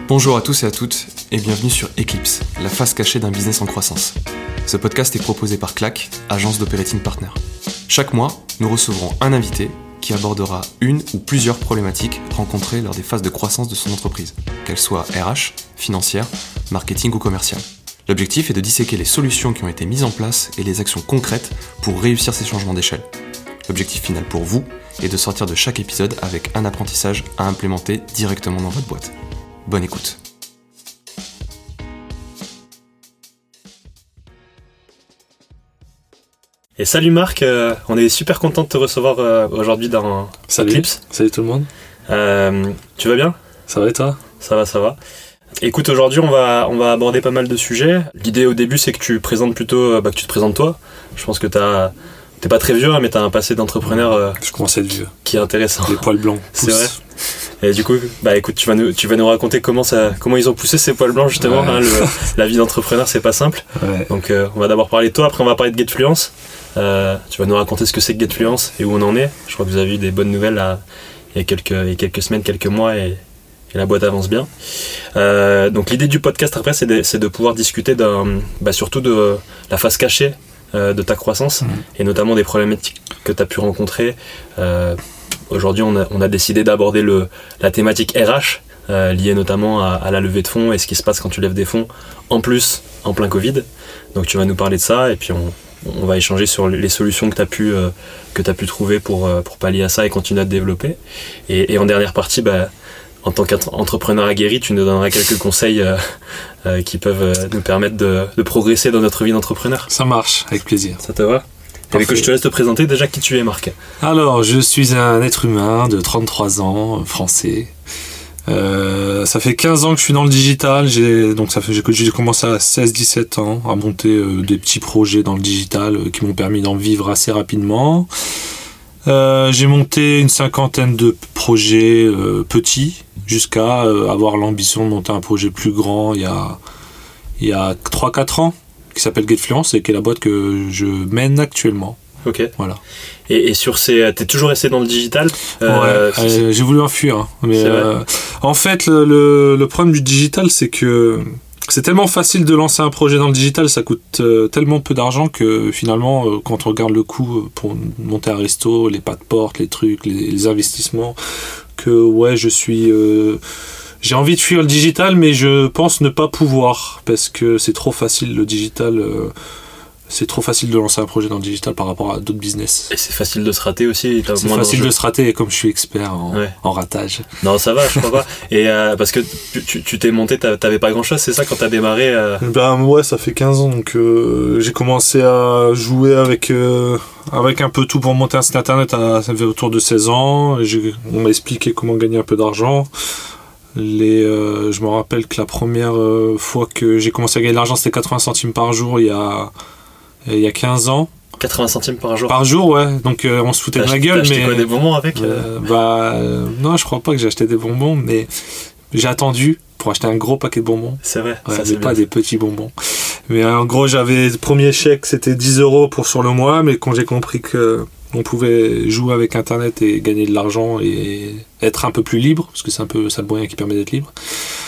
Bonjour à tous et à toutes et bienvenue sur Eclipse, la face cachée d'un business en croissance. Ce podcast est proposé par Clac, agence d'Operating Partner. Chaque mois, nous recevrons un invité qui abordera une ou plusieurs problématiques rencontrées lors des phases de croissance de son entreprise, qu'elles soient RH, financière, marketing ou commerciale. L'objectif est de disséquer les solutions qui ont été mises en place et les actions concrètes pour réussir ces changements d'échelle. L'objectif final pour vous est de sortir de chaque épisode avec un apprentissage à implémenter directement dans votre boîte. Bonne écoute. Et salut Marc, on est super content de te recevoir aujourd'hui dans Eclipse. Salut tout le monde. Tu vas bien ? Ça va et toi ? Ça va. Écoute, aujourd'hui on va aborder pas mal de sujets. L'idée au début c'est que tu présentes plutôt, que tu te présentes toi. Je pense que t'es pas très vieux, mais t'as un passé d'entrepreneur je commence à être vieux. Qui est intéressant. Les poils blancs poussent. C'est vrai. Et du coup, écoute, tu vas nous raconter comment ils ont poussé ces poils blancs justement. Ouais. La vie d'entrepreneur c'est pas simple. Ouais. Donc on va d'abord parler de toi, après on va parler de Getfluence. Tu vas nous raconter ce que c'est que Getfluence et où on en est. Je crois que vous avez eu des bonnes nouvelles là, il y a quelques semaines, quelques mois et la boîte avance bien. Donc l'idée du podcast après c'est de pouvoir discuter surtout de la face cachée de ta croissance et notamment des problématiques que tu as pu rencontrer. Aujourd'hui on a décidé d'aborder la thématique RH liée notamment à la levée de fonds et ce qui se passe quand tu lèves des fonds en plein Covid. Donc tu vas nous parler de ça et puis on va échanger sur les solutions que tu as pu trouver pour pallier à ça et continuer à te développer. Et en dernière partie, en tant qu'entrepreneur aguerri, tu nous donneras quelques conseils qui peuvent nous permettre de progresser dans notre vie d'entrepreneur. Ça marche, avec plaisir. Ça te va ? Et que je te laisse te présenter déjà qui tu es, Marc. Alors, je suis un être humain de 33 ans, français. Ça fait 15 ans que je suis dans le digital. J'ai commencé à 16-17 ans à monter des petits projets dans le digital qui m'ont permis d'en vivre assez rapidement. J'ai monté une 50aine de projets petits jusqu'à avoir l'ambition de monter un projet plus grand il y a 3-4 ans qui s'appelle Getfluence et qui est la boîte que je mène actuellement. Ok. Voilà. Et sur t'es toujours resté dans le digital ? J'ai voulu en fuir. Mais en fait, le problème du digital, c'est que c'est tellement facile de lancer un projet dans le digital, ça coûte tellement peu d'argent que finalement, quand on regarde le coût pour monter un resto, les pas de porte, les trucs, les investissements, que j'ai envie de fuir le digital, mais je pense ne pas pouvoir parce que c'est trop facile le digital. C'est trop facile de lancer un projet dans le digital par rapport à d'autres business. Et c'est facile de se rater aussi. C'est facile de se rater, et comme je suis expert en ratage. Non, ça va, je crois pas. Et parce que tu t'es monté, t'avais pas grand chose, c'est ça quand t'as démarré Ouais, ça fait 15 ans, donc j'ai commencé à jouer avec un peu tout pour monter un site internet, ça fait autour de 16 ans. On m'a expliqué comment gagner un peu d'argent. Je me rappelle que la première fois que j'ai commencé à gagner de l'argent, c'était 80 centimes par jour il y a 15 ans. 80 centimes par jour ? Par jour, ouais. Donc on se foutait de ma gueule. T'as acheté quoi, des bonbons avec non, je crois pas que j'ai acheté des bonbons, mais j'ai attendu pour acheter un gros paquet de bonbons. C'est vrai, ouais, ça c'est pas des petits bonbons. Mais en gros, j'avais le premier chèque, c'était 10 € sur le mois, mais quand j'ai compris que on pouvait jouer avec Internet et gagner de l'argent et être un peu plus libre, parce que c'est un peu ça le moyen qui permet d'être libre.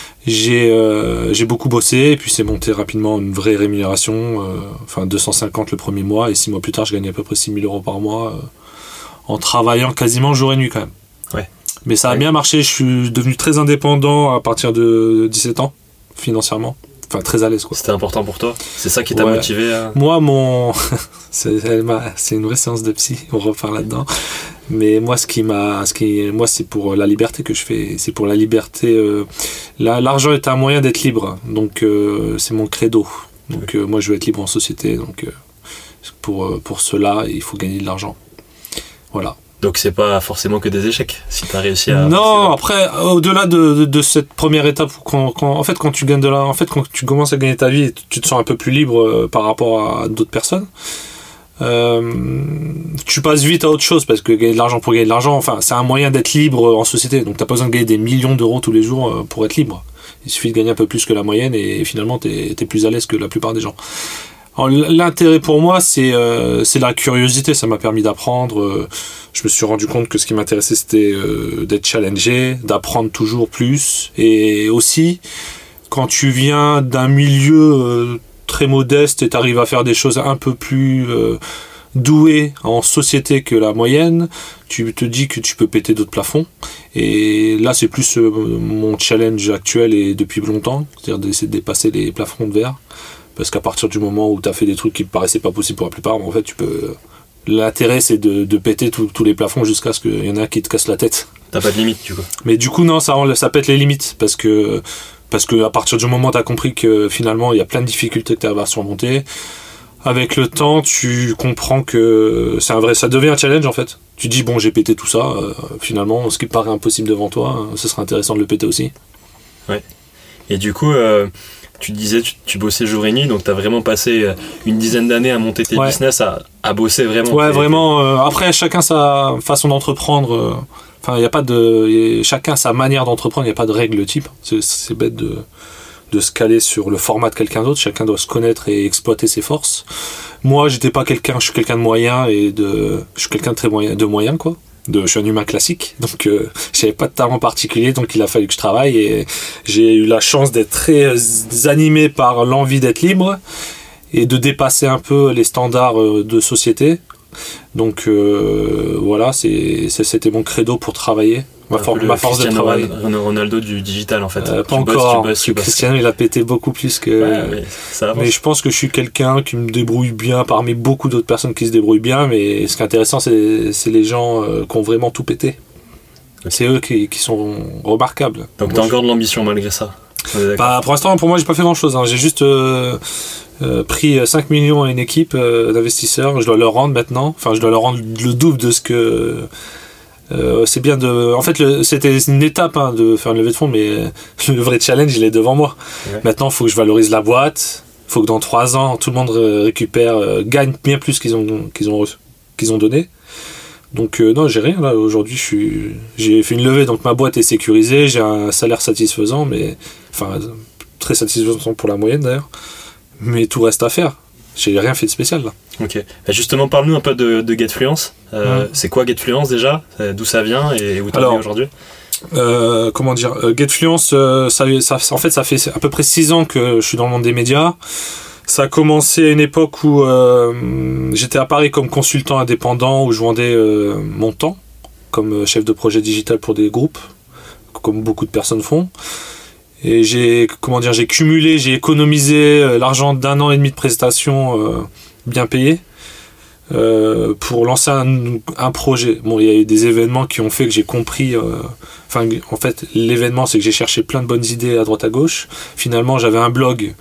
J'ai beaucoup bossé et puis c'est monté rapidement une vraie rémunération, 250 le premier mois et 6 mois plus tard je gagnais à peu près 6 000 € par mois en travaillant quasiment jour et nuit quand même. Ouais. Mais ça a bien marché, je suis devenu très indépendant à partir de 17 ans financièrement. Enfin, très à l'aise quoi. C'était important pour toi ? C'est ça qui t'a motivé à... Moi, c'est une vraie séance de psy, on repart là-dedans. Mais moi, c'est pour la liberté que je fais. C'est pour la liberté. L'argent est un moyen d'être libre. Donc, c'est mon credo. Donc, moi, je veux être libre en société. Donc, pour cela, il faut gagner de l'argent. Voilà. Donc c'est pas forcément que des échecs si t'as réussi à... Non, après au-delà de cette première étape quand tu gagnes quand tu commences à gagner ta vie, tu te sens un peu plus libre par rapport à d'autres personnes. Tu passes vite à autre chose parce que gagner de l'argent pour gagner de l'argent, c'est un moyen d'être libre en société. Donc t'as pas besoin de gagner des millions d'euros tous les jours pour être libre. Il suffit de gagner un peu plus que la moyenne et finalement t'es plus à l'aise que la plupart des gens. Alors, l'intérêt pour moi, c'est la curiosité. Ça m'a permis d'apprendre. Je me suis rendu compte que ce qui m'intéressait, c'était d'être challengé, d'apprendre toujours plus. Et aussi, quand tu viens d'un milieu très modeste et tu arrives à faire des choses un peu plus douées en société que la moyenne, tu te dis que tu peux péter d'autres plafonds. Et là, c'est plus mon challenge actuel et depuis longtemps, c'est-à-dire d'essayer de dépasser les plafonds de verre. Parce qu'à partir du moment où tu as fait des trucs qui me paraissaient pas possibles pour la plupart, en fait, tu peux. L'intérêt, c'est de péter tous les plafonds jusqu'à ce qu'il y en ait un qui te casse la tête. T'as pas de limite, du coup. Mais du coup, non, ça pète les limites. Parce que à partir du moment où tu as compris que finalement, il y a plein de difficultés que tu as à surmonter, avec le temps, tu comprends que ça devient un challenge, en fait. Tu dis, bon, j'ai pété tout ça. Finalement, ce qui paraît impossible devant toi, ce serait intéressant de le péter aussi. Ouais. Et du coup. Tu disais, tu bossais jour et nuit, donc tu as vraiment passé une dizaine d'années à monter tes business, à bosser vraiment. Ouais, vraiment. Après, chacun sa façon d'entreprendre. Enfin, il n'y a pas chacun sa manière d'entreprendre, il n'y a pas de règle type. C'est bête de se caler sur le format de quelqu'un d'autre. Chacun doit se connaître et exploiter ses forces. Moi, je suis quelqu'un de moyen je suis quelqu'un de très moyen, quoi. Je suis un humain classique, donc j'avais pas de talent particulier, donc il a fallu que je travaille et j'ai eu la chance d'être très animé par l'envie d'être libre et de dépasser un peu les standards de société. Donc voilà, c'était mon credo pour travailler. Ma force de travail. Ronaldo du digital, en fait. Pas encore. Cristiano, il a pété beaucoup plus que. Ouais, mais je pense que je suis quelqu'un qui me débrouille bien parmi beaucoup d'autres personnes qui se débrouillent bien. Mais ce qui est intéressant, c'est les gens qui ont vraiment tout pété. C'est eux qui sont remarquables. Donc t'as encore de l'ambition malgré ça. Pour l'instant, pour moi, j'ai pas fait grand chose. J'ai juste pris 5 millions à une équipe d'investisseurs. Je dois leur rendre maintenant. Enfin, je dois leur rendre le double de ce que. C'est bien de. En fait, c'était une étape de faire une levée de fonds, mais le vrai challenge, il est devant moi. Ouais. Maintenant, il faut que je valorise la boîte. Il faut que dans 3 ans, tout le monde gagne bien plus qu'ils ont donné. Donc, non, j'ai rien là. Aujourd'hui, j'ai fait une levée, donc ma boîte est sécurisée. J'ai un salaire satisfaisant, très satisfaisant pour la moyenne d'ailleurs. Mais tout reste à faire. J'ai rien fait de spécial là. Ok. Et justement, parle-nous un peu de GetFluence. C'est quoi GetFluence déjà ? D'où ça vient et où t'en es aujourd'hui ? Comment dire, GetFluence, en fait, ça fait à peu près 6 ans que je suis dans le monde des médias. Ça a commencé à une époque où j'étais à Paris comme consultant indépendant, où je vendais mon temps comme chef de projet digital pour des groupes, comme beaucoup de personnes font. Et j'ai économisé l'argent d'1 an et demi de prestations bien payées pour lancer un projet. Bon, il y a eu des événements qui ont fait que j'ai compris. En fait, l'événement, c'est que j'ai cherché plein de bonnes idées à droite à gauche. Finalement, j'avais un blog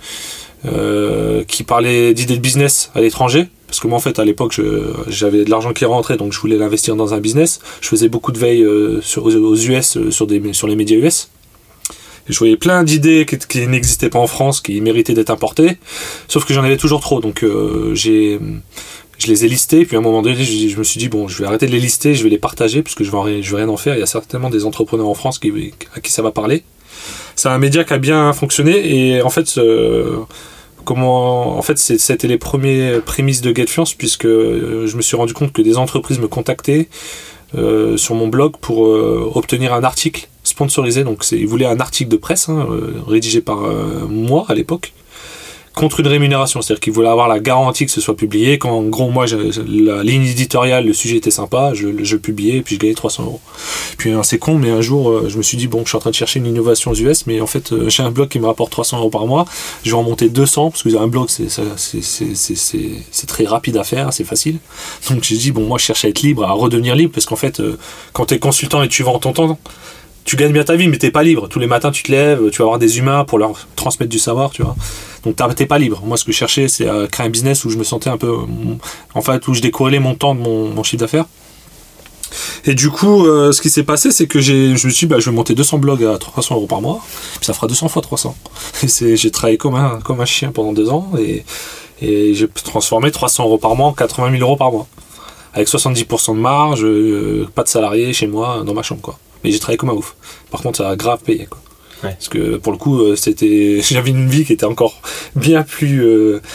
qui parlait d'idées de business à l'étranger. Parce que moi, en fait, à l'époque, j'avais de l'argent qui rentrait, donc je voulais l'investir dans un business. Je faisais beaucoup de veille aux US, sur les médias US. Et je voyais plein d'idées qui n'existaient pas en France, qui méritaient d'être importées, sauf que j'en avais toujours trop. Donc je les ai listés, puis à un moment donné, je me suis dit, bon, je vais arrêter de les lister, je vais les partager, parce que je vais rien en faire. Il y a certainement des entrepreneurs en France à qui ça va parler. C'est un média qui a bien fonctionné, et en fait, c'était les premiers prémices de GetFluence, puisque je me suis rendu compte que des entreprises me contactaient sur mon blog pour obtenir un article sponsorisé. Donc ils voulaient un article de presse rédigé par moi à l'époque, contre une rémunération, c'est-à-dire qu'ils voulaient avoir la garantie que ce soit publié. Quand en gros moi la ligne éditoriale, le sujet était sympa, je le publiais et puis je gagnais 300 €. Puis c'est con, mais un jour je me suis dit, bon, je suis en train de chercher une innovation aux US, mais en fait j'ai un blog qui me rapporte 300 € par mois, je vais en monter 200, parce que un blog c'est très rapide à faire, c'est facile. Donc j'ai dit, bon, moi je cherche à être libre, à redevenir libre, parce qu'en fait quand t'es consultant et tu vends ton temps, tu gagnes bien ta vie, mais t'es pas libre. Tous les matins, tu te lèves, tu vas avoir des humains pour leur transmettre du savoir, tu vois. Donc t'es pas libre. Moi, ce que je cherchais, c'est à créer un business où je me sentais un peu... En fait, où je décorrélais mon temps de mon chiffre d'affaires. Et du coup, ce qui s'est passé, c'est que je me suis dit, je vais monter 200 blogs à 300 € par mois, puis ça fera 200 fois 300. Et j'ai travaillé comme un chien pendant 2 ans, et j'ai transformé 300 € par mois en 80 000 € par mois. Avec 70% de marge, pas de salariés chez moi, dans ma chambre, quoi. Mais j'ai travaillé comme un ouf. Par contre, ça a grave payé, quoi. Ouais. Parce que pour le coup, j'avais une vie qui était encore bien plus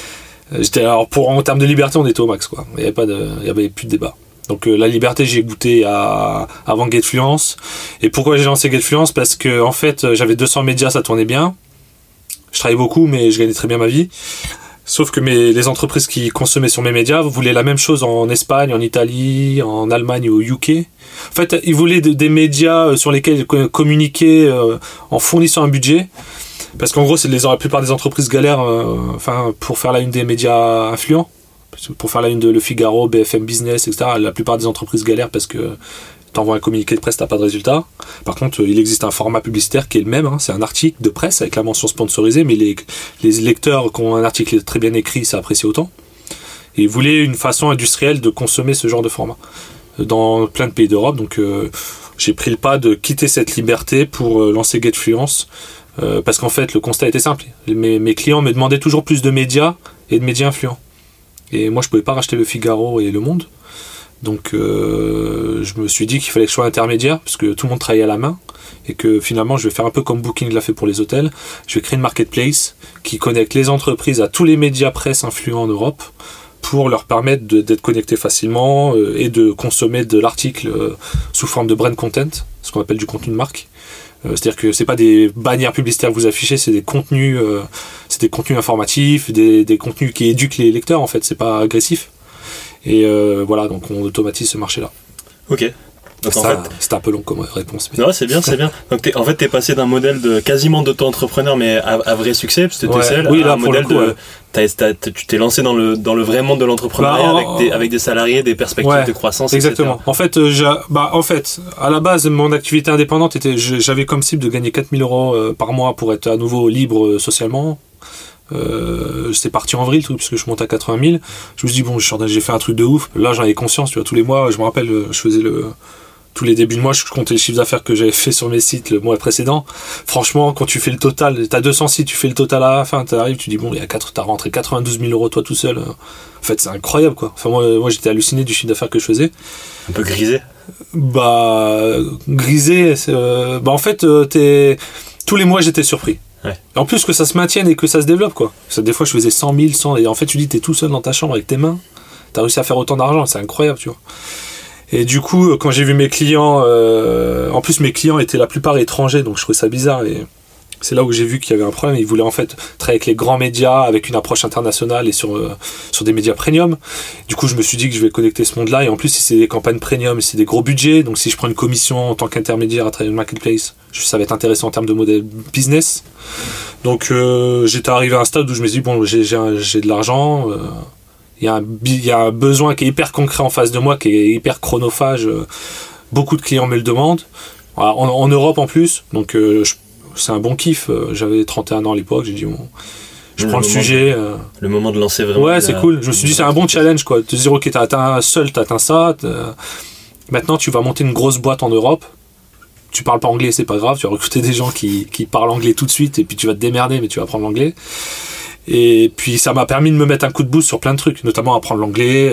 En termes de liberté, on était au max, quoi. Il y avait plus de débat. Donc la liberté, j'ai goûté avant GetFluence. Et pourquoi j'ai lancé GetFluence ? Parce que en fait, j'avais 200 médias, ça tournait bien. Je travaillais beaucoup, mais je gagnais très bien ma vie. Sauf que les entreprises qui consommaient sur mes médias voulaient la même chose en Espagne, en Italie, en Allemagne ou au UK. En fait, ils voulaient des médias sur lesquels communiquer en fournissant un budget. Parce qu'en gros, la plupart des entreprises galèrent pour faire la une des médias influents. Pour faire la une de Le Figaro, BFM Business, etc. La plupart des entreprises galèrent parce que t'envoies un communiqué de presse, t'as pas de résultat. Par contre, il existe un format publicitaire qui est le même, c'est un article de presse avec la mention sponsorisée, mais les lecteurs qui ont un article très bien écrit, ça apprécie autant. Et ils voulaient une façon industrielle de consommer ce genre de format dans plein de pays d'Europe. Donc j'ai pris le pas de quitter cette liberté pour lancer GetFluence, parce qu'en fait, le constat était simple. Mes clients me demandaient toujours plus de médias et de médias influents. Et moi, je pouvais pas racheter Le Figaro et Le Monde. Donc, je me suis dit qu'il fallait que je sois intermédiaire, parce que tout le monde travaillait à la main. Et que finalement, je vais faire un peu comme Booking l'a fait pour les hôtels. Je vais créer une marketplace qui connecte les entreprises à tous les médias presse influents en Europe pour leur permettre d'être connectés facilement et de consommer de l'article sous forme de brand content, ce qu'on appelle du contenu de marque. C'est-à-dire que c'est pas des bannières publicitaires que vous affichez, c'est des contenus informatifs, des contenus qui éduquent les lecteurs, en fait, c'est pas agressif. Et voilà, donc on automatise ce marché-là. Ok. Donc c'est un peu long comme réponse. Mais... Non, c'est bien. Donc t'es passé d'un modèle de quasiment d'auto-entrepreneur, mais à vrai succès, parce que t'étais seul, à un modèle tu t'es lancé dans le vrai monde de l'entrepreneuriat avec des salariés, des perspectives de croissance, exactement. etc. En fait, à la base, mon activité indépendante j'avais comme cible de gagner 4 000 € par mois pour être à nouveau libre socialement. C'est parti en vrille, puisque je monte à 80 000. Je me suis dit, j'ai fait un truc de ouf. Là, j'en avais conscience, tous les mois, je me rappelle, je faisais tous les débuts de mois, je comptais le chiffre d'affaires que j'avais fait sur mes sites le mois précédent. Franchement, quand tu fais le total, t'as 200 sites, tu fais le total à la fin, t'arrives, tu dis t'as rentré 92 000 € toi tout seul. En fait, c'est incroyable, quoi. Enfin, moi j'étais halluciné du chiffre d'affaires que je faisais. Un peu grisé. Grisé, en fait, tous les mois j'étais surpris. Ouais. En plus que ça se maintienne et que ça se développe, quoi. Des fois je faisais 100 000, 100, et en fait tu dis t'es tout seul dans ta chambre avec tes mains, t'as réussi à faire autant d'argent, c'est incroyable, tu vois. Et du coup, quand j'ai vu mes clients, en plus mes clients étaient la plupart étrangers, donc je trouvais ça bizarre, et c'est là où j'ai vu qu'il y avait un problème. Ils voulaient en fait travailler avec les grands médias, avec une approche internationale et sur des médias premium. Du coup, je me suis dit que je vais connecter ce monde-là, et en plus si c'est des campagnes premium, c'est des gros budgets, donc si je prends une commission en tant qu'intermédiaire à travers une marketplace, ça va être intéressant en termes de modèle business. Donc j'étais arrivé à un stade où je me suis dit j'ai de l'argent, il y a un besoin qui est hyper concret en face de moi, qui est hyper chronophage, beaucoup de clients me le demandent, en Europe en plus, donc c'est un bon kiff. J'avais 31 ans à l'époque, j'ai dit je prends le sujet. Le moment de lancer vraiment. Ouais, c'est cool. Je me suis dit c'est un bon challenge, quoi. Te dire ok, t'as atteint ça, maintenant tu vas monter une grosse boîte en Europe. Tu parles pas anglais, c'est pas grave, tu vas recruter des gens qui parlent anglais tout de suite, et puis tu vas te démerder, mais tu vas apprendre l'anglais. Et puis ça m'a permis de me mettre un coup de boost sur plein de trucs, notamment apprendre l'anglais.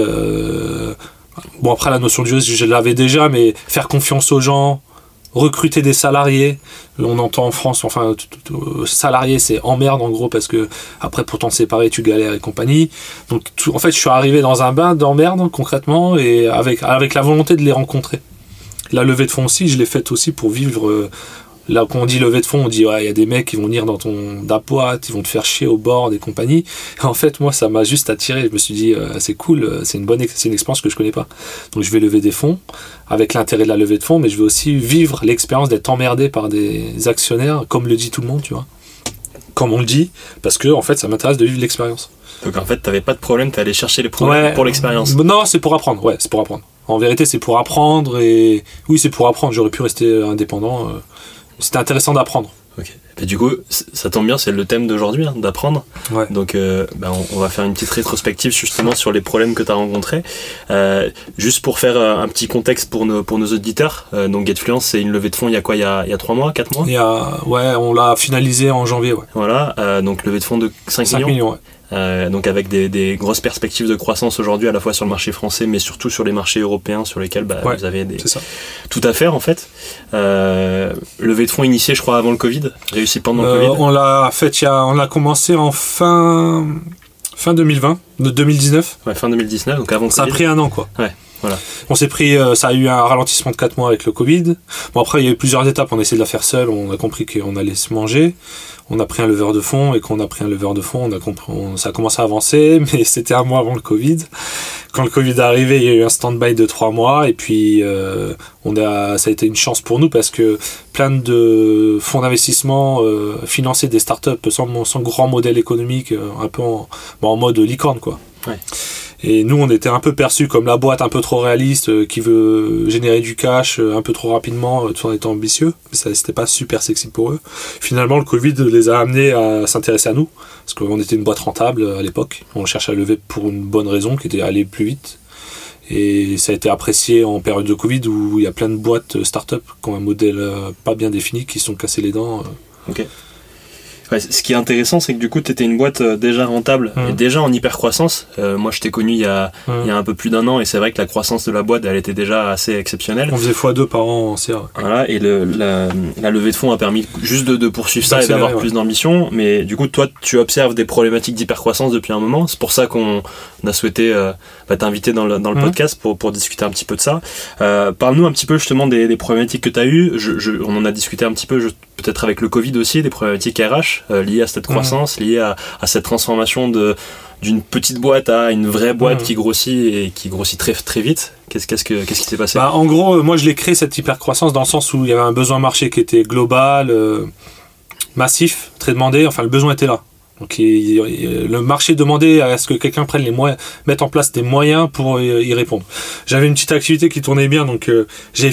Après la notion du risque, je l'avais déjà, mais faire confiance aux gens, recruter des salariés. On entend en France, salarié c'est emmerde en gros, parce que après pour t'en séparer tu galères et compagnie. Donc en fait je suis arrivé dans un bain d'emmerde concrètement, et avec la volonté de les rencontrer. La levée de fonds aussi, je l'ai faite aussi pour vivre. Là, quand on dit levée de fonds, on dit il y a des mecs qui vont venir dans ton boîte, ils vont te faire chier au bord des compagnies. Et en fait, moi, ça m'a juste attiré. Je me suis dit c'est cool, c'est une expérience que je connais pas. Donc, je vais lever des fonds avec l'intérêt de la levée de fonds, mais je vais aussi vivre l'expérience d'être emmerdé par des actionnaires, comme le dit tout le monde, tu vois. Comme on le dit, parce que en fait, ça m'intéresse de vivre l'expérience. Donc en fait, t'avais pas de problème, t'allais chercher les problèmes pour l'expérience. Non, c'est pour apprendre. Ouais, c'est pour apprendre. En vérité, c'est pour apprendre, et oui, c'est pour apprendre. J'aurais pu rester indépendant. C'était intéressant d'apprendre. Ok. Et du coup, ça tombe bien, c'est le thème d'aujourd'hui, d'apprendre. Ouais. Donc, on va faire une petite rétrospective justement sur les problèmes que tu as rencontrés. Juste pour faire un petit contexte pour nos auditeurs. Donc, GetFluence, c'est une levée de fonds il y a quoi, il y a 3 mois, 4 mois on l'a finalisé en janvier. Ouais. Voilà, donc levée de fonds de 5 millions. Ouais. Donc avec des grosses perspectives de croissance aujourd'hui, à la fois sur le marché français, mais surtout sur les marchés européens sur lesquels vous avez tout à faire en fait. Levée de fonds initiée, je crois, avant le Covid, réussi pendant le Covid. On l'a commencé en fin Fin 2020, 2019. Ouais, fin 2019, donc avant le Ça a Covid. pris un an, quoi. Ouais, voilà. On s'est pris, ça a eu un ralentissement de 4 mois avec le Covid. Bon, après, il y a eu plusieurs étapes. On a essayé de la faire seul. On a compris qu'on allait se manger. On a pris un leveur de fonds. Et quand on a pris un leveur de fonds, ça a commencé à avancer. Mais c'était un mois avant le Covid. Quand le Covid est arrivé, il y a eu un stand-by de 3 mois. Et puis, ça a été une chance pour nous parce que plein de fonds d'investissement finançaient des startups sans grand modèle économique, un peu en mode licorne, quoi. Ouais. Et nous, on était un peu perçus comme la boîte un peu trop réaliste, qui veut générer du cash un peu trop rapidement, tout en étant ambitieux. Mais ça, c'était pas super sexy pour eux. Finalement, le Covid les a amenés à s'intéresser à nous, parce qu'on était une boîte rentable à l'époque. On cherchait à lever pour une bonne raison, qui était aller plus vite. Et ça a été apprécié en période de Covid, où il y a plein de boîtes start-up qui ont un modèle pas bien défini, qui se sont cassés les dents. Ok. Ouais, ce qui est intéressant, c'est que du coup, tu étais une boîte déjà rentable et déjà en hyper croissance. Moi, je t'ai connu il y a un peu plus d'un an et c'est vrai que la croissance de la boîte, elle était déjà assez exceptionnelle. On faisait x2 par an en CA. Voilà, et la levée de fonds a permis juste de poursuivre ça et d'avoir plus d'ambition. Mais du coup, toi, tu observes des problématiques d'hyper-croissance depuis un moment. C'est pour ça qu'on a souhaité t'inviter dans le podcast pour discuter un petit peu de ça. Parle-nous un petit peu justement des problématiques que tu as eues. On en a discuté un petit peu, peut-être avec le Covid aussi, des problématiques RH liées à cette croissance, liées à cette transformation d'une petite boîte à une vraie boîte qui grossit et qui grossit très, très vite. Qu'est-ce qui s'est passé ? En gros, moi je l'ai créé cette hyper-croissance dans le sens où il y avait un besoin marché qui était global, massif, très demandé, enfin le besoin était là. Donc le marché demandait à ce que quelqu'un prenne les moyens, mette en place des moyens pour y répondre. J'avais une petite activité qui tournait bien, donc j'ai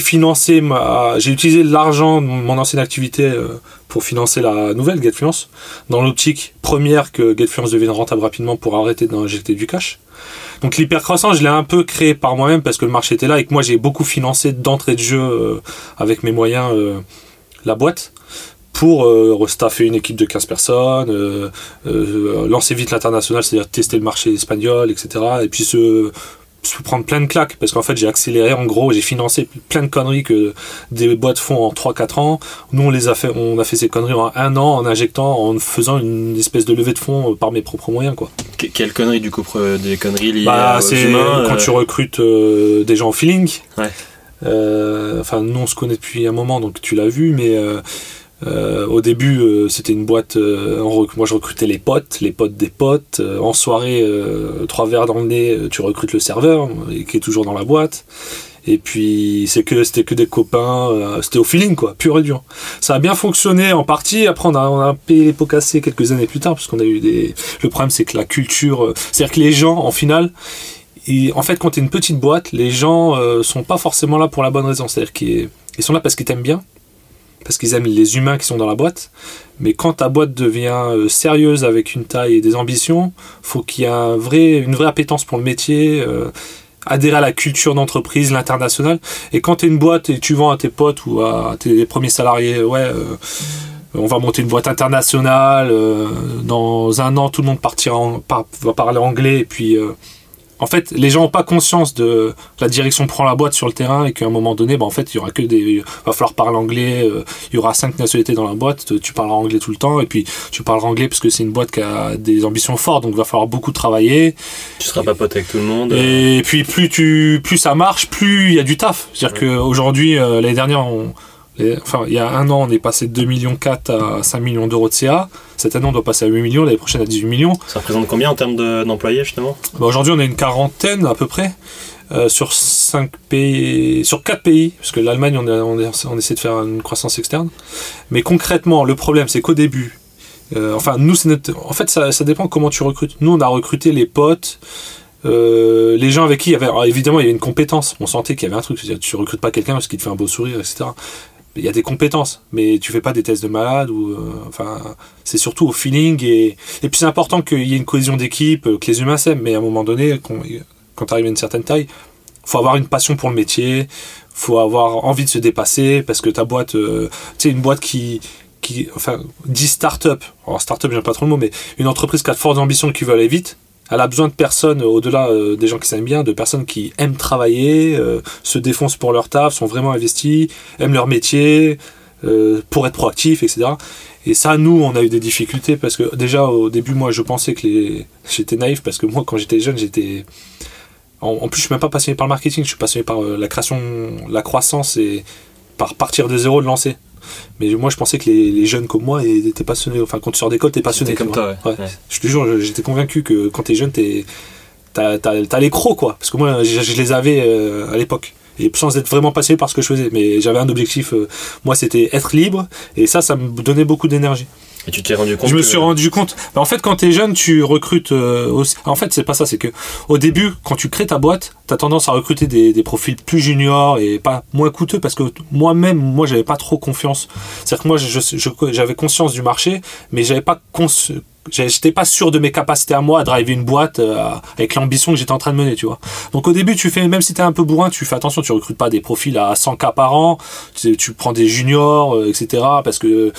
utilisé l'argent de mon ancienne activité pour financer la nouvelle GetFluence, dans l'optique première que GetFluence devienne rentable rapidement pour arrêter d'injecter du cash. Donc l'hypercroissance, je l'ai un peu créé par moi-même parce que le marché était là et que moi j'ai beaucoup financé d'entrée de jeu avec mes moyens la boîte. Pour restaffer une équipe de 15 personnes, lancer vite l'international, c'est-à-dire tester le marché espagnol, etc. Et puis se prendre plein de claques, parce qu'en fait j'ai accéléré, en gros, j'ai financé plein de conneries que des boîtes font en 3-4 ans. Nous on a fait ces conneries en 1 an, en injectant, en faisant une espèce de levée de fonds par mes propres moyens, quoi. Quelles conneries du coup? Des conneries liées aux c'est humains quand tu recrutes des gens au feeling. Ouais. Nous on se connaît depuis un moment, donc tu l'as vu, mais... au début c'était une boîte, moi je recrutais les potes des potes, en soirée 3 verres dans le nez, tu recrutes le serveur qui est toujours dans la boîte, et puis c'était que des copains, c'était au feeling, quoi, pur et dur. Ça a bien fonctionné en partie. Après on a payé les pots cassés quelques années plus tard parce qu'on a eu le problème, c'est que la culture, c'est-à-dire que les gens en finale, en fait quand t'es une petite boîte, les gens sont pas forcément là pour la bonne raison, c'est-à-dire qu'ils sont là parce qu'ils t'aiment bien, parce qu'ils aiment les humains qui sont dans la boîte. Mais quand ta boîte devient sérieuse avec une taille et des ambitions, faut qu'il y ait une vraie appétence pour le métier, adhérer à la culture d'entreprise, l'international. Et quand tu es une boîte et tu vends à tes potes ou à tes premiers salariés, on va monter une boîte internationale, dans 1 an tout le monde va parler anglais, et puis... En fait, les gens n'ont pas conscience de la direction que prend la boîte sur le terrain et qu'à un moment donné, en fait, il va falloir parler anglais, il y aura 5 nationalités dans la boîte, tu parleras anglais tout le temps, et puis tu parleras anglais parce que c'est une boîte qui a des ambitions fortes, donc il va falloir beaucoup travailler. Tu seras pas pote avec tout le monde. Et puis plus ça marche, plus il y a du taf. C'est-à-dire qu'aujourd'hui, l'année dernière, il y a 1 an, on est passé de 2,4 millions à 5 millions d'euros de CA. Cette année, on doit passer à 8 millions, l'année prochaine à 18 millions. Ça représente combien en termes d'employés, justement ? Aujourd'hui, on a une quarantaine à peu près, sur 4 pays, parce que l'Allemagne, on essaie de faire une croissance externe. Mais concrètement, le problème, c'est qu'au début, nous, ça dépend comment tu recrutes. Nous, on a recruté les potes, les gens avec qui il y avait une compétence. On sentait qu'il y avait un truc. C'est-à-dire, tu recrutes pas quelqu'un parce qu'il te fait un beau sourire, etc. Il y a des compétences, mais tu fais pas des tests de malade, c'est surtout au feeling, et puis c'est important qu'il y ait une cohésion d'équipe, que les humains s'aiment, mais à un moment donné, quand tu arrives à une certaine taille, faut avoir une passion pour le métier, faut avoir envie de se dépasser, parce que ta boîte, une boîte qui dit start-up, alors start-up j'aime pas trop le mot, mais une entreprise qui a de fortes ambitions, qui veut aller vite, elle a besoin de personnes, au-delà des gens qui s'aiment bien, de personnes qui aiment travailler, se défoncent pour leur taf, sont vraiment investis, aiment leur métier, pour être proactif, etc. Et ça, nous, on a eu des difficultés parce que déjà au début, moi, je pensais que j'étais naïf parce que moi, quand j'étais jeune, en plus, je suis même pas passionné par le marketing, je suis passionné par la création, la croissance et par partir de zéro, de lancer. Mais moi, je pensais que les jeunes comme moi étaient passionnés. Enfin, quand tu sors d'école, t'es passionné. C'était comme toi, ouais. Je te jure, j'étais convaincu que quand t'es jeune, t'as les crocs, quoi. Parce que moi, je les avais à l'époque. Et sans être vraiment passionné par ce que je faisais. Mais j'avais un objectif, moi, c'était être libre. Et ça me donnait beaucoup d'énergie. Et tu t'es rendu compte? Je me suis rendu compte. En fait, quand t'es jeune, tu recrutes aussi. En fait, c'est pas ça. C'est que au début, quand tu crées ta boîte, t'as tendance à recruter des profils plus juniors et pas moins coûteux parce que moi, j'avais pas trop confiance. C'est-à-dire que moi, j'avais conscience du marché, mais j'étais pas sûr de mes capacités à moi à driver une boîte avec l'ambition que j'étais en train de mener, tu vois. Donc au début, même si t'es un peu bourrin, tu fais attention, tu recrutes pas des profils à 100K par an, tu prends des juniors, etc. parce que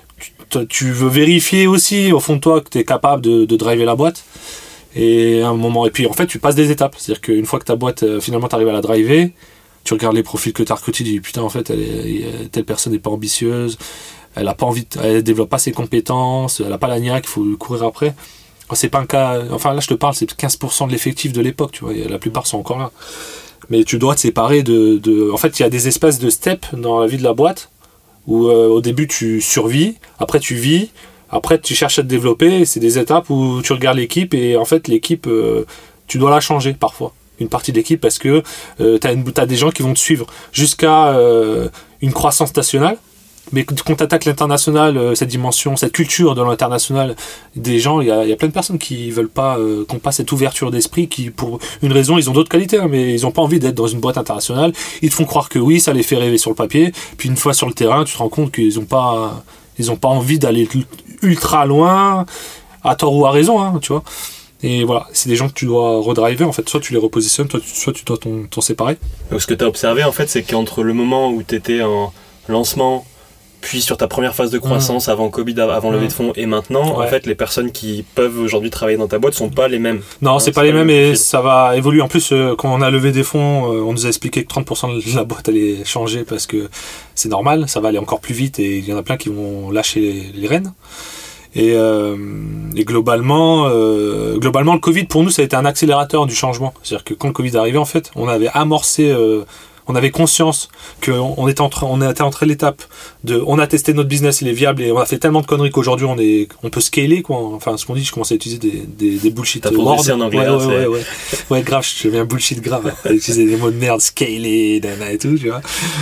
tu veux vérifier aussi au fond de toi que tu es capable de driver la boîte. Et à un moment, et puis en fait, tu passes des étapes. C'est-à-dire qu'une fois que ta boîte, finalement, tu arrives à la driver, tu regardes les profils que tu as recrutés, tu dis putain, en fait, telle personne n'est pas ambitieuse, elle a pas envie, elle développe pas ses compétences, elle a pas la niaque, il faut courir après. C'est pas un cas. Enfin, là, je te parle, c'est 15% de l'effectif de l'époque, tu vois, et la plupart sont encore là. Mais tu dois te séparer En fait, il y a des espèces de steps dans la vie de la boîte où au début tu survis, après tu vis, après tu cherches à te développer, c'est des étapes où tu regardes l'équipe et en fait l'équipe tu dois la changer parfois, une partie de l'équipe parce que t'as des gens qui vont te suivre jusqu'à une croissance nationale, mais quand t'attaques l'international, cette dimension, cette culture de l'international, des gens, il y a plein de personnes qui veulent pas qu'on passe cette ouverture d'esprit, qui pour une raison, ils ont d'autres qualités, hein, mais ils ont pas envie d'être dans une boîte internationale. Ils te font croire que oui, ça les fait rêver sur le papier, puis une fois sur le terrain, tu te rends compte qu'ils ont pas envie d'aller ultra loin, à tort ou à raison, hein, tu vois. Et voilà, c'est des gens que tu dois redriver, en fait, soit tu les repositionnes, soit tu dois t'en séparer. Donc ce que tu as observé, en fait, c'est qu'entre le moment où tu étais en lancement, puis sur ta première phase de croissance avant Covid, avant levée de fonds et maintenant, en fait, les personnes qui peuvent aujourd'hui travailler dans ta boîte sont pas les mêmes. Non, c'est pas les mêmes et ça va évoluer. En plus, quand on a levé des fonds, on nous a expliqué que 30% de la boîte allait changer parce que c'est normal, ça va aller encore plus vite et il y en a plein qui vont lâcher les rênes. Et globalement, le Covid, pour nous, ça a été un accélérateur du changement. C'est-à-dire que quand le Covid est arrivé, en fait, on avait amorcé... on avait conscience qu'on était entre l'étape de on a testé notre business, il est viable et on a fait tellement de conneries qu'aujourd'hui on peut scaler, quoi. Enfin, ce qu'on dit, je commence à utiliser des bullshit. T'as progressé en anglais. Ouais, grave, je deviens bullshit grave à utiliser des mots de merde, scaler, et tout, tu vois.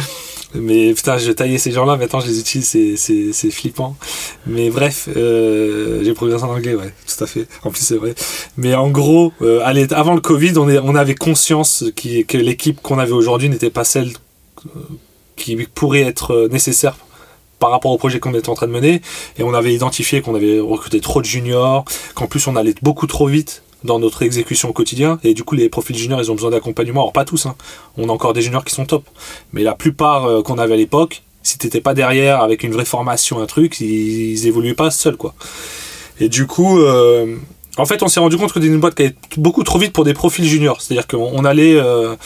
Mais putain, je taillais ces gens-là, maintenant je les utilise, c'est flippant. Mais bref, j'ai progressé en anglais, ouais, tout à fait. En plus, c'est vrai. Mais en gros, avant le Covid, on avait conscience que l'équipe qu'on avait aujourd'hui n'était pas celle qui pourrait être nécessaire par rapport au projet qu'on était en train de mener. Et on avait identifié qu'on avait recruté trop de juniors, qu'en plus on allait beaucoup trop vite dans notre exécution au quotidien, et du coup les profils juniors ils ont besoin d'accompagnement. Alors pas tous, hein. On a encore des juniors qui sont top, mais la plupart qu'on avait à l'époque, si t'étais pas derrière avec une vraie formation, un truc, ils évoluaient pas seuls, quoi. Et du coup en fait on s'est rendu compte que c'était une boîte qui allait beaucoup trop vite pour des profils juniors, c'est à dire qu'on allait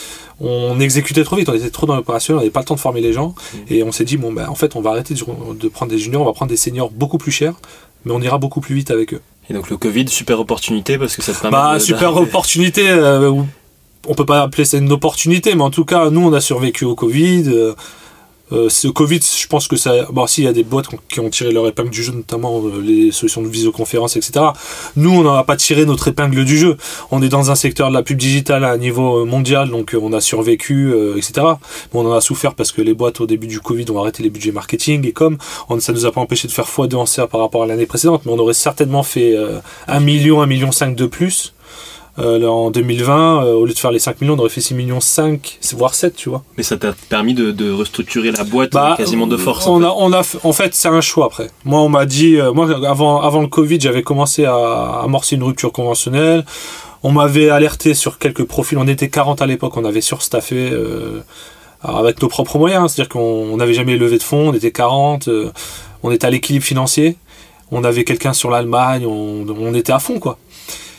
on exécutait trop vite, on était trop dans l'opérationnel, on n'avait pas le temps de former les gens, et on s'est dit bon en fait on va arrêter de prendre des juniors, on va prendre des seniors beaucoup plus chers, mais on ira beaucoup plus vite avec eux. Et donc le Covid, super opportunité parce que ça te permet super opportunité, on peut pas appeler ça une opportunité, mais en tout cas, nous on a survécu au Covid. Ce Covid, je pense que ça... Bon, si, il y a des boîtes qui ont tiré leur épingle du jeu, notamment les solutions de visioconférence, etc. Nous, on n'a pas tiré notre épingle du jeu. On est dans un secteur de la pub digitale à un niveau mondial, donc on a survécu, etc. Mais on en a souffert parce que les boîtes, au début du Covid, ont arrêté les budgets marketing, et ça nous a pas empêché de faire x2 en CA par rapport à l'année précédente, mais on aurait certainement fait 1 million, 1,5 million de plus. En 2020, au lieu de faire les 5 millions, on aurait fait 6,5 millions, voire 7, tu vois. Mais ça t'a permis de restructurer la boîte quasiment de force. En fait, c'est un choix après. Moi, on m'a dit, avant le Covid, j'avais commencé à amorcer une rupture conventionnelle. On m'avait alerté sur quelques profils. On était 40 à l'époque, on avait surstaffé avec nos propres moyens. C'est-à-dire qu'on n'avait jamais levé de fonds, on était 40, on était à l'équilibre financier. On avait quelqu'un sur l'Allemagne, on était à fond, quoi.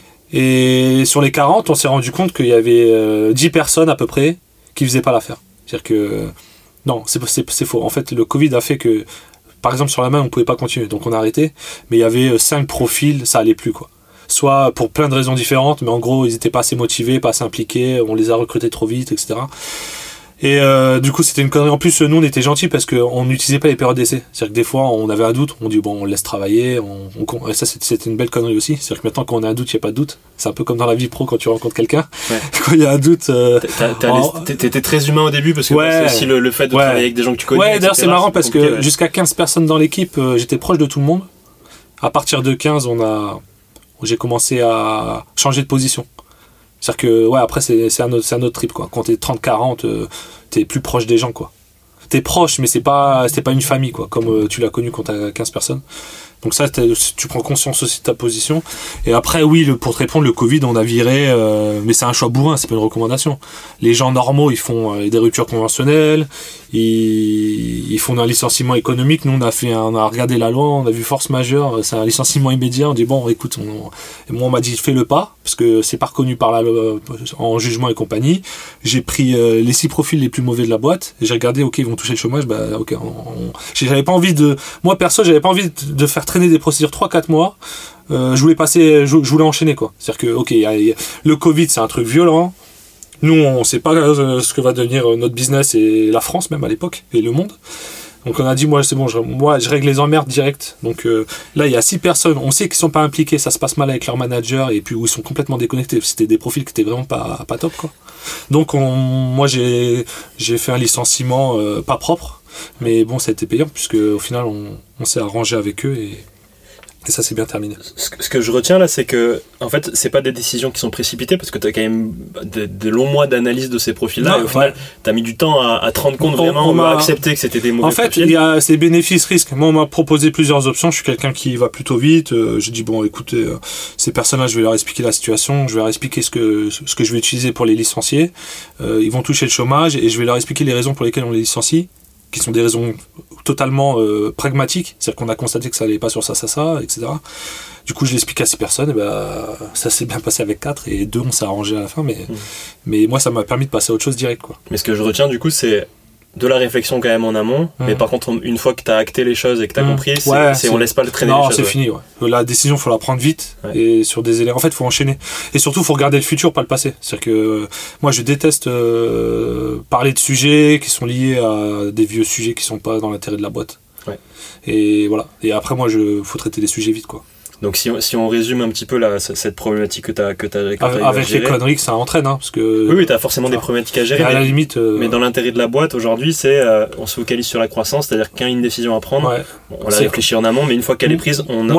Et sur les 40, on s'est rendu compte qu'il y avait 10 personnes à peu près qui faisaient pas l'affaire. C'est-à-dire que Non, c'est faux. En fait, le Covid a fait que, par exemple, sur la main, on pouvait pas continuer, donc on a arrêté. Mais il y avait 5 profils, ça allait plus, quoi. Soit pour plein de raisons différentes, mais en gros, ils étaient pas assez motivés, pas assez impliqués, on les a recrutés trop vite, etc. Et du coup, c'était une connerie. En plus, nous, on était gentils parce qu'on n'utilisait pas les périodes d'essai. C'est-à-dire que des fois, on avait un doute, on dit bon, on laisse travailler. Et ça, c'était une belle connerie aussi. C'est-à-dire que maintenant, quand on a un doute, il n'y a pas de doute. C'est un peu comme dans la vie pro quand tu rencontres quelqu'un. Ouais. Quand il y a un doute. T'étais très humain au début parce que c'est aussi le fait de travailler avec des gens que tu connais. Ouais, d'ailleurs, c'est marrant parce que jusqu'à 15 personnes dans l'équipe, j'étais proche de tout le monde. À partir de 15, j'ai commencé à changer de position. C'est-à-dire que, après, c'est un autre trip, quoi. Quand t'es 30-40, t'es plus proche des gens, quoi. T'es proche, mais c'est pas une famille, quoi, comme tu l'as connu quand t'as 15 personnes. Donc ça, tu prends conscience aussi de ta position. Et après, oui, pour te répondre, le Covid, on a viré, mais c'est un choix bourrin, c'est pas une recommandation. Les gens normaux, ils font des ruptures conventionnelles, ils font un licenciement économique. Nous, on a regardé la loi, on a vu force majeure, c'est un licenciement immédiat. On dit, bon, écoute, moi, on m'a dit, fais le pas, parce que c'est pas reconnu par la loi, en jugement et compagnie. J'ai pris les 6 profils les plus mauvais de la boîte, et j'ai regardé, ok, ils vont toucher le chômage, ok, j'avais pas envie moi, perso, j'avais pas envie de faire traîner des procédures 3-4 mois. Je voulais enchaîner, quoi. C'est-à-dire que, ok, le Covid, c'est un truc violent. Nous, on sait pas ce que va devenir notre business et la France, même à l'époque, et le monde. Donc, on a dit, moi, c'est bon, je règle les emmerdes direct. Donc, là, il y a 6 personnes. On sait qu'ils sont pas impliqués, ça se passe mal avec leur manager, et puis où ils sont complètement déconnectés. C'était des profils qui étaient vraiment pas top, quoi. Donc, moi, j'ai fait un licenciement pas propre. Mais bon, ça a été payant, puisque au final, on s'est arrangé avec eux et ça s'est bien terminé. Ce que je retiens là, c'est que en fait, c'est pas des décisions qui sont précipitées parce que tu as quand même de longs mois d'analyse de ces profils-là. Et au final, tu as mis du temps à te rendre compte vraiment, à accepter que c'était des mauvais profils. En fait, il y a ces bénéfices-risques. Moi, on m'a proposé plusieurs options. Je suis quelqu'un qui va plutôt vite. J'ai dit, bon, écoutez, ces personnes-là, je vais leur expliquer la situation. Je vais leur expliquer ce que je vais utiliser pour les licencier. Ils vont toucher le chômage et je vais leur expliquer les raisons pour lesquelles on les licencie, qui sont des raisons totalement pragmatiques, c'est-à-dire qu'on a constaté que ça allait pas sur ça, etc. Du coup, je l'explique à 6 personnes, et ça s'est bien passé avec 4, et 2, on s'est arrangé à la fin, mais moi, ça m'a permis de passer à autre chose direct, quoi. Mais ce que je retiens, du coup, c'est de la réflexion quand même en amont, mais par contre, une fois que tu as acté les choses et que tu as compris, on laisse pas le traîner les choses. Non, c'est fini, La décision, il faut la prendre vite, et sur des éléments. En fait, il faut enchaîner. Et surtout, il faut regarder le futur, pas le passé. C'est-à-dire que moi, je déteste parler de sujets qui sont liés à des vieux sujets qui sont pas dans l'intérêt de la boîte. Ouais. Et voilà. Et après, moi, faut traiter les sujets vite, quoi. Donc si on résume un petit peu cette problématique que t'as avec les conneries que ça entraîne, parce que oui, t'as forcément des problématiques à gérer, à la limite, mais dans l'intérêt de la boîte aujourd'hui, c'est on se focalise sur la croissance, c'est-à-dire qu'il y a une décision à prendre, on la réfléchit en amont, mais une fois qu'elle est prise, on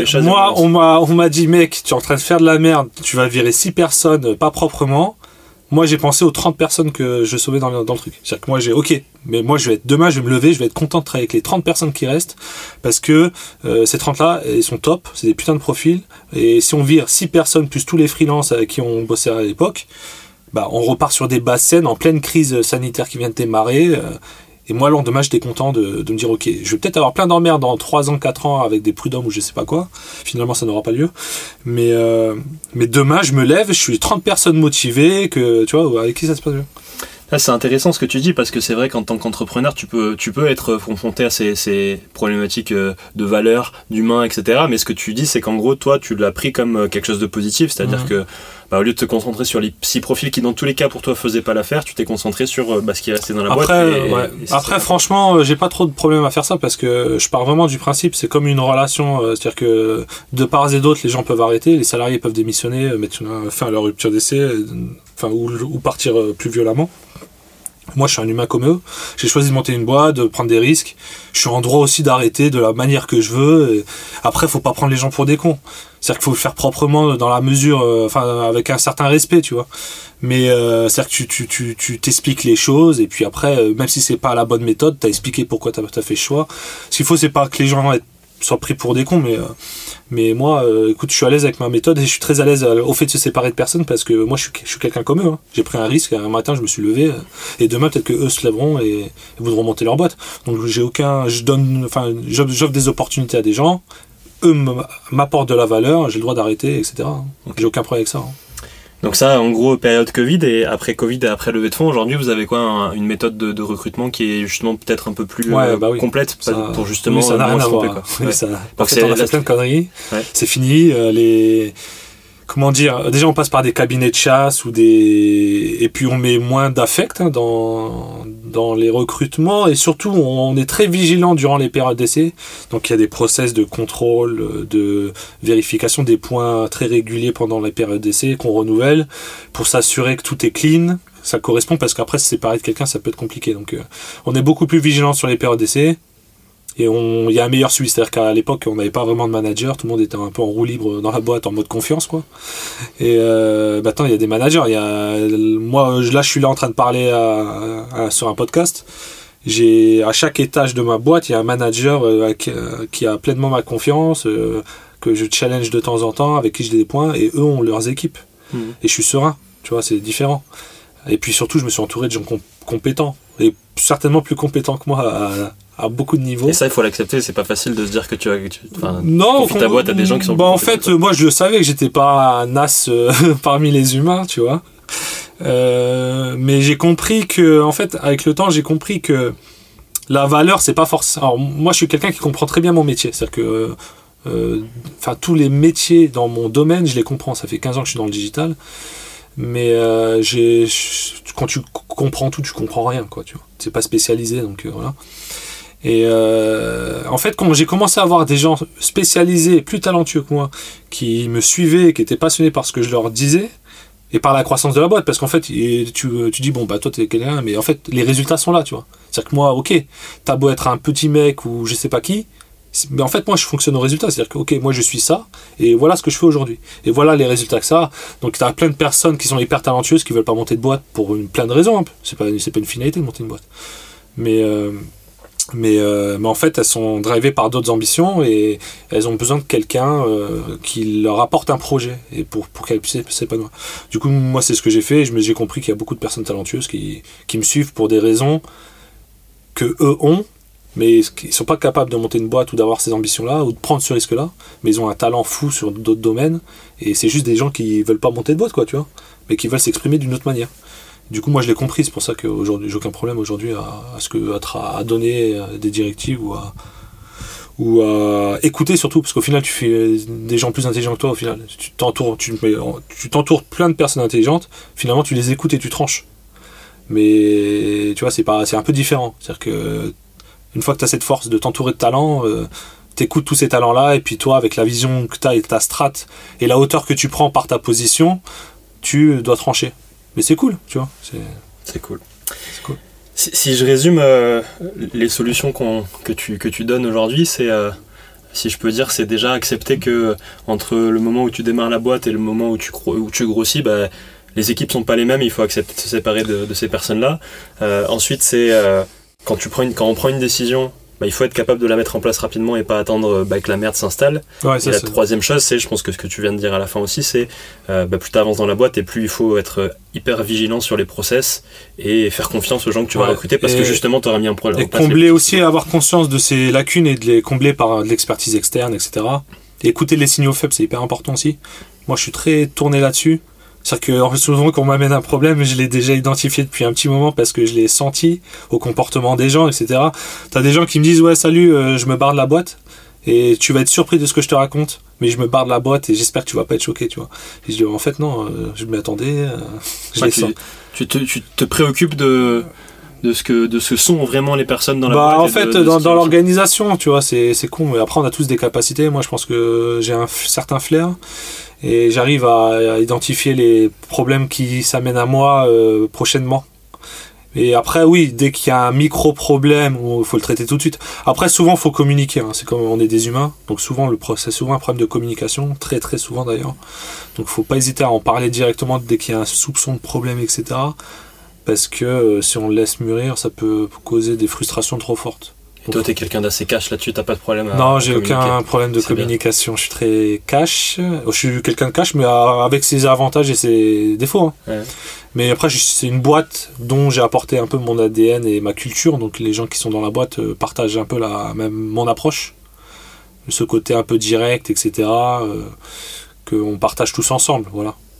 m'a dit, mec, tu es en train de faire de la merde, tu vas virer 6 personnes pas proprement. Moi, j'ai pensé aux 30 personnes que je sauvais dans le truc. C'est-à-dire que moi, mais moi, demain, je vais me lever, je vais être content de travailler avec les 30 personnes qui restent, parce que ces 30-là, ils sont top, c'est des putains de profils, et si on vire 6 personnes plus tous les freelances avec qui on bossait à l'époque, on repart sur des basses scènes en pleine crise sanitaire qui vient de démarrer, et moi, le lendemain, j'étais content de me dire, ok, je vais peut-être avoir plein d'emmerdes dans 3 ans, 4 ans avec des prud'hommes ou je sais pas quoi. Finalement, ça n'aura pas lieu. Mais demain, je me lève, je suis 30 personnes motivées, tu vois, avec qui ça se passe bien. Là, c'est intéressant ce que tu dis parce que c'est vrai qu'en tant qu'entrepreneur, tu peux être confronté à ces problématiques de valeur, d'humain, etc. Mais ce que tu dis, c'est qu'en gros, toi, tu l'as pris comme quelque chose de positif, c'est-à-dire que au lieu de te concentrer sur les 6 profils qui, dans tous les cas, pour toi, faisaient pas l'affaire, tu t'es concentré sur ce qui est resté dans la boîte. Après, franchement, j'ai pas trop de problème à faire ça parce que je pars vraiment du principe, c'est comme une relation, c'est-à-dire que de part et d'autre, les gens peuvent arrêter, les salariés peuvent démissionner, mettre fin à leur rupture d'essai, ou partir plus violemment. Moi, je suis un humain comme eux. J'ai choisi de monter une boîte, de prendre des risques. Je suis en droit aussi d'arrêter de la manière que je veux. Et après, faut pas prendre les gens pour des cons. C'est-à-dire qu'il faut le faire proprement, dans la mesure, avec un certain respect, tu vois. Mais c'est-à-dire que tu t'expliques les choses et puis après, même si c'est pas la bonne méthode, t'as expliqué pourquoi t'as fait ce choix. Ce qu'il faut, c'est pas que les gens soient pris pour des cons, mais moi, écoute, je suis à l'aise avec ma méthode et je suis très à l'aise au fait de se séparer de personnes parce que moi, je suis quelqu'un comme eux. J'ai pris un risque, un matin, je me suis levé et demain, peut-être que eux se lèveront et voudront monter leur boîte. Donc, j'offre des opportunités à des gens, eux m'apportent de la valeur, j'ai le droit d'arrêter, etc. Okay. J'ai aucun problème avec ça. Donc ça, en gros, période Covid et après levée de fonds, aujourd'hui, vous avez quoi, une méthode de recrutement qui est justement peut-être un peu plus complète pour justement ça n'a rien à voir. Quoi. Oui, ça... En fait, on a fait plein de conneries. Ouais. C'est fini. Comment dire, déjà on passe par des cabinets de chasse et puis on met moins d'affect dans les recrutements et surtout on est très vigilant durant les périodes d'essai. Donc il y a des process de contrôle, de vérification des points très réguliers pendant les périodes d'essai qu'on renouvelle pour s'assurer que tout est clean. Ça correspond parce qu'après se séparer de quelqu'un ça peut être compliqué. Donc on est beaucoup plus vigilant sur les périodes d'essai. Et il y a un meilleur suivi, c'est-à-dire qu'à l'époque on n'avait pas vraiment de manager, tout le monde était un peu en roue libre dans la boîte en mode confiance quoi. Et maintenant il y a des managers, moi là je suis là en train de parler sur un podcast. À chaque étage de ma boîte il y a un manager qui a pleinement ma confiance, que je challenge de temps en temps, avec qui j'ai des points, et eux ont leurs équipes. Et je suis serein, tu vois, c'est différent. Et puis surtout je me suis entouré de gens compétents, et certainement plus compétents que moi à beaucoup de niveaux. Et ça, il faut l'accepter, c'est pas facile de se dire que tu confies ta boîte à des gens qui sont... en fait, moi, je savais que j'étais pas un as parmi les humains, tu vois. Mais j'ai compris que, en fait, avec le temps, j'ai compris que la valeur, c'est pas forcément... Alors, moi, je suis quelqu'un qui comprend très bien mon métier. C'est-à-dire que tous les métiers dans mon domaine, je les comprends. Ça fait 15 ans que je suis dans le digital. Mais quand tu comprends tout, tu comprends rien, quoi, tu vois. C'est pas spécialisé, donc voilà. Et en fait, quand j'ai commencé à avoir des gens spécialisés, plus talentueux que moi, qui me suivaient, qui étaient passionnés par ce que je leur disais, et par la croissance de la boîte, parce qu'en fait, tu dis, bon, bah toi, t'es quelqu'un, mais en fait, les résultats sont là, tu vois. C'est-à-dire que moi, ok, t'as beau être un petit mec ou je sais pas qui, mais en fait, moi, je fonctionne au résultat. C'est-à-dire que, ok, moi, je suis ça, et voilà ce que je fais aujourd'hui. Et voilà les résultats que ça a. Donc, t'as plein de personnes qui sont hyper talentueuses, qui veulent pas monter de boîte pour plein de raisons. Hein. C'est pas une finalité de monter une boîte. Mais en fait, elles sont drivées par d'autres ambitions et elles ont besoin de quelqu'un qui leur apporte un projet et pour qu'elles puissent s'épanouir. Du coup, moi, c'est ce que j'ai fait. J'ai compris qu'il y a beaucoup de personnes talentueuses qui me suivent pour des raisons que eux ont, mais qui ne sont pas capables de monter une boîte ou d'avoir ces ambitions-là ou de prendre ce risque-là. Mais ils ont un talent fou sur d'autres domaines et c'est juste des gens qui veulent pas monter de boîte, quoi, tu vois, mais qui veulent s'exprimer d'une autre manière. Du coup, moi, je l'ai compris. C'est pour ça qu'aujourd'hui, j'ai aucun problème aujourd'hui à donner des directives ou à écouter surtout, parce qu'au final, tu fais des gens plus intelligents que toi. Au final, tu t'entoures plein de personnes intelligentes. Finalement, tu les écoutes et tu tranches. Mais tu vois, c'est un peu différent. C'est-à-dire que une fois que tu as cette force de t'entourer de talents, t'écoutes tous ces talents-là, et puis toi, avec la vision que tu as et ta strat et la hauteur que tu prends par ta position, tu dois trancher. Mais c'est cool, tu vois. C'est cool. Si je résume les solutions que tu donnes aujourd'hui, c'est, si je peux dire, c'est déjà accepter que entre le moment où tu démarres la boîte et le moment où tu grossis, bah, les équipes sont pas les mêmes, il faut accepter de se séparer de ces personnes-là. Ensuite, c'est quand on prend une décision, bah, il faut être capable de la mettre en place rapidement et pas attendre que la merde s'installe. Ouais, et la troisième chose, c'est, je pense que ce que tu viens de dire à la fin aussi, c'est plus tu avances dans la boîte et plus il faut être hyper vigilant sur les process et faire confiance aux gens que tu vas recruter parce que justement tu auras mis un problème. Et combler aussi, avoir conscience de ces lacunes et de les combler par de l'expertise externe, etc. Et écouter les signaux faibles, c'est hyper important aussi. Moi, je suis très tourné là-dessus. C'est-à-dire que souvent quand on m'amène un problème, je l'ai déjà identifié depuis un petit moment parce que je l'ai senti au comportement des gens, etc. T'as des gens qui me disent « Ouais, salut, je me barre de la boîte » et tu vas être surpris de ce que je te raconte, mais je me barre de la boîte et j'espère que tu vas pas être choqué, tu vois. Et je dis « En fait, non, je m'y attendais, je les sens. » Tu te préoccupes de ce que sont vraiment les personnes dans la boîte. En fait, dans l'organisation, tu vois, c'est con, mais après on a tous des capacités. Moi, je pense que j'ai un certain flair. Et j'arrive à identifier les problèmes qui s'amènent à moi prochainement. Et après, oui, dès qu'il y a un micro-problème, il faut le traiter tout de suite. Après, souvent, il faut communiquer. Hein. C'est comme on est des humains. Donc souvent, c'est souvent un problème de communication. Très, très souvent d'ailleurs. Donc il ne faut pas hésiter à en parler directement dès qu'il y a un soupçon de problème, etc. Parce que si on le laisse mûrir, ça peut causer des frustrations trop fortes. Et toi, t'es quelqu'un d'assez cash là-dessus, t'as pas de problème Non, j'ai aucun problème de communication. Bien. Je suis très cash. Je suis quelqu'un de cash, mais avec ses avantages et ses défauts. Hein. Ouais. Mais après, c'est une boîte dont j'ai apporté un peu mon ADN et ma culture. Donc les gens qui sont dans la boîte partagent un peu même mon approche. Ce côté un peu direct, etc. Qu'on partage tous ensemble. Voilà.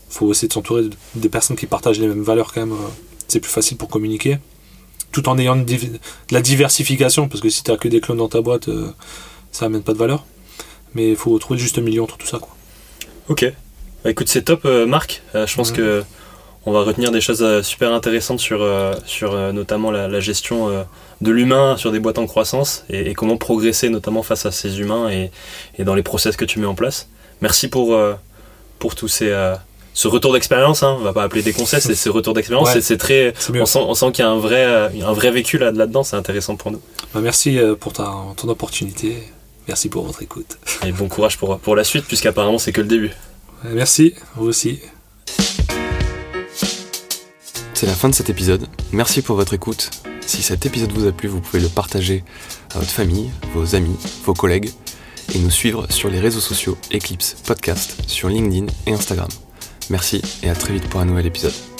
faut essayer de s'entourer des personnes qui partagent les mêmes valeurs quand même. C'est plus facile pour communiquer, tout en ayant de la diversification, parce que si t'as que des clones dans ta boîte, ça amène pas de valeur. Mais il faut trouver le juste milieu entre tout ça, quoi. Ok. Bah, écoute, c'est top, Marc. Je pense que on va retenir des choses super intéressantes sur notamment la gestion de l'humain sur des boîtes en croissance et comment progresser notamment face à ces humains et dans les process que tu mets en place. Merci pour tous ce retour d'expérience, hein. On va pas appeler des conseils, c'est ce retour d'expérience. Ouais, c'est très, on sent qu'il y a un vrai vécu là-dedans, c'est intéressant pour nous. Bah, merci pour ton opportunité, merci pour votre écoute. Et bon courage pour la suite, puisqu'apparemment c'est que le début. Merci, vous aussi. C'est la fin de cet épisode. Merci pour votre écoute. Si cet épisode vous a plu, vous pouvez le partager à votre famille, vos amis, vos collègues et nous suivre sur les réseaux sociaux Eclipse Podcast sur LinkedIn et Instagram. Merci et à très vite pour un nouvel épisode.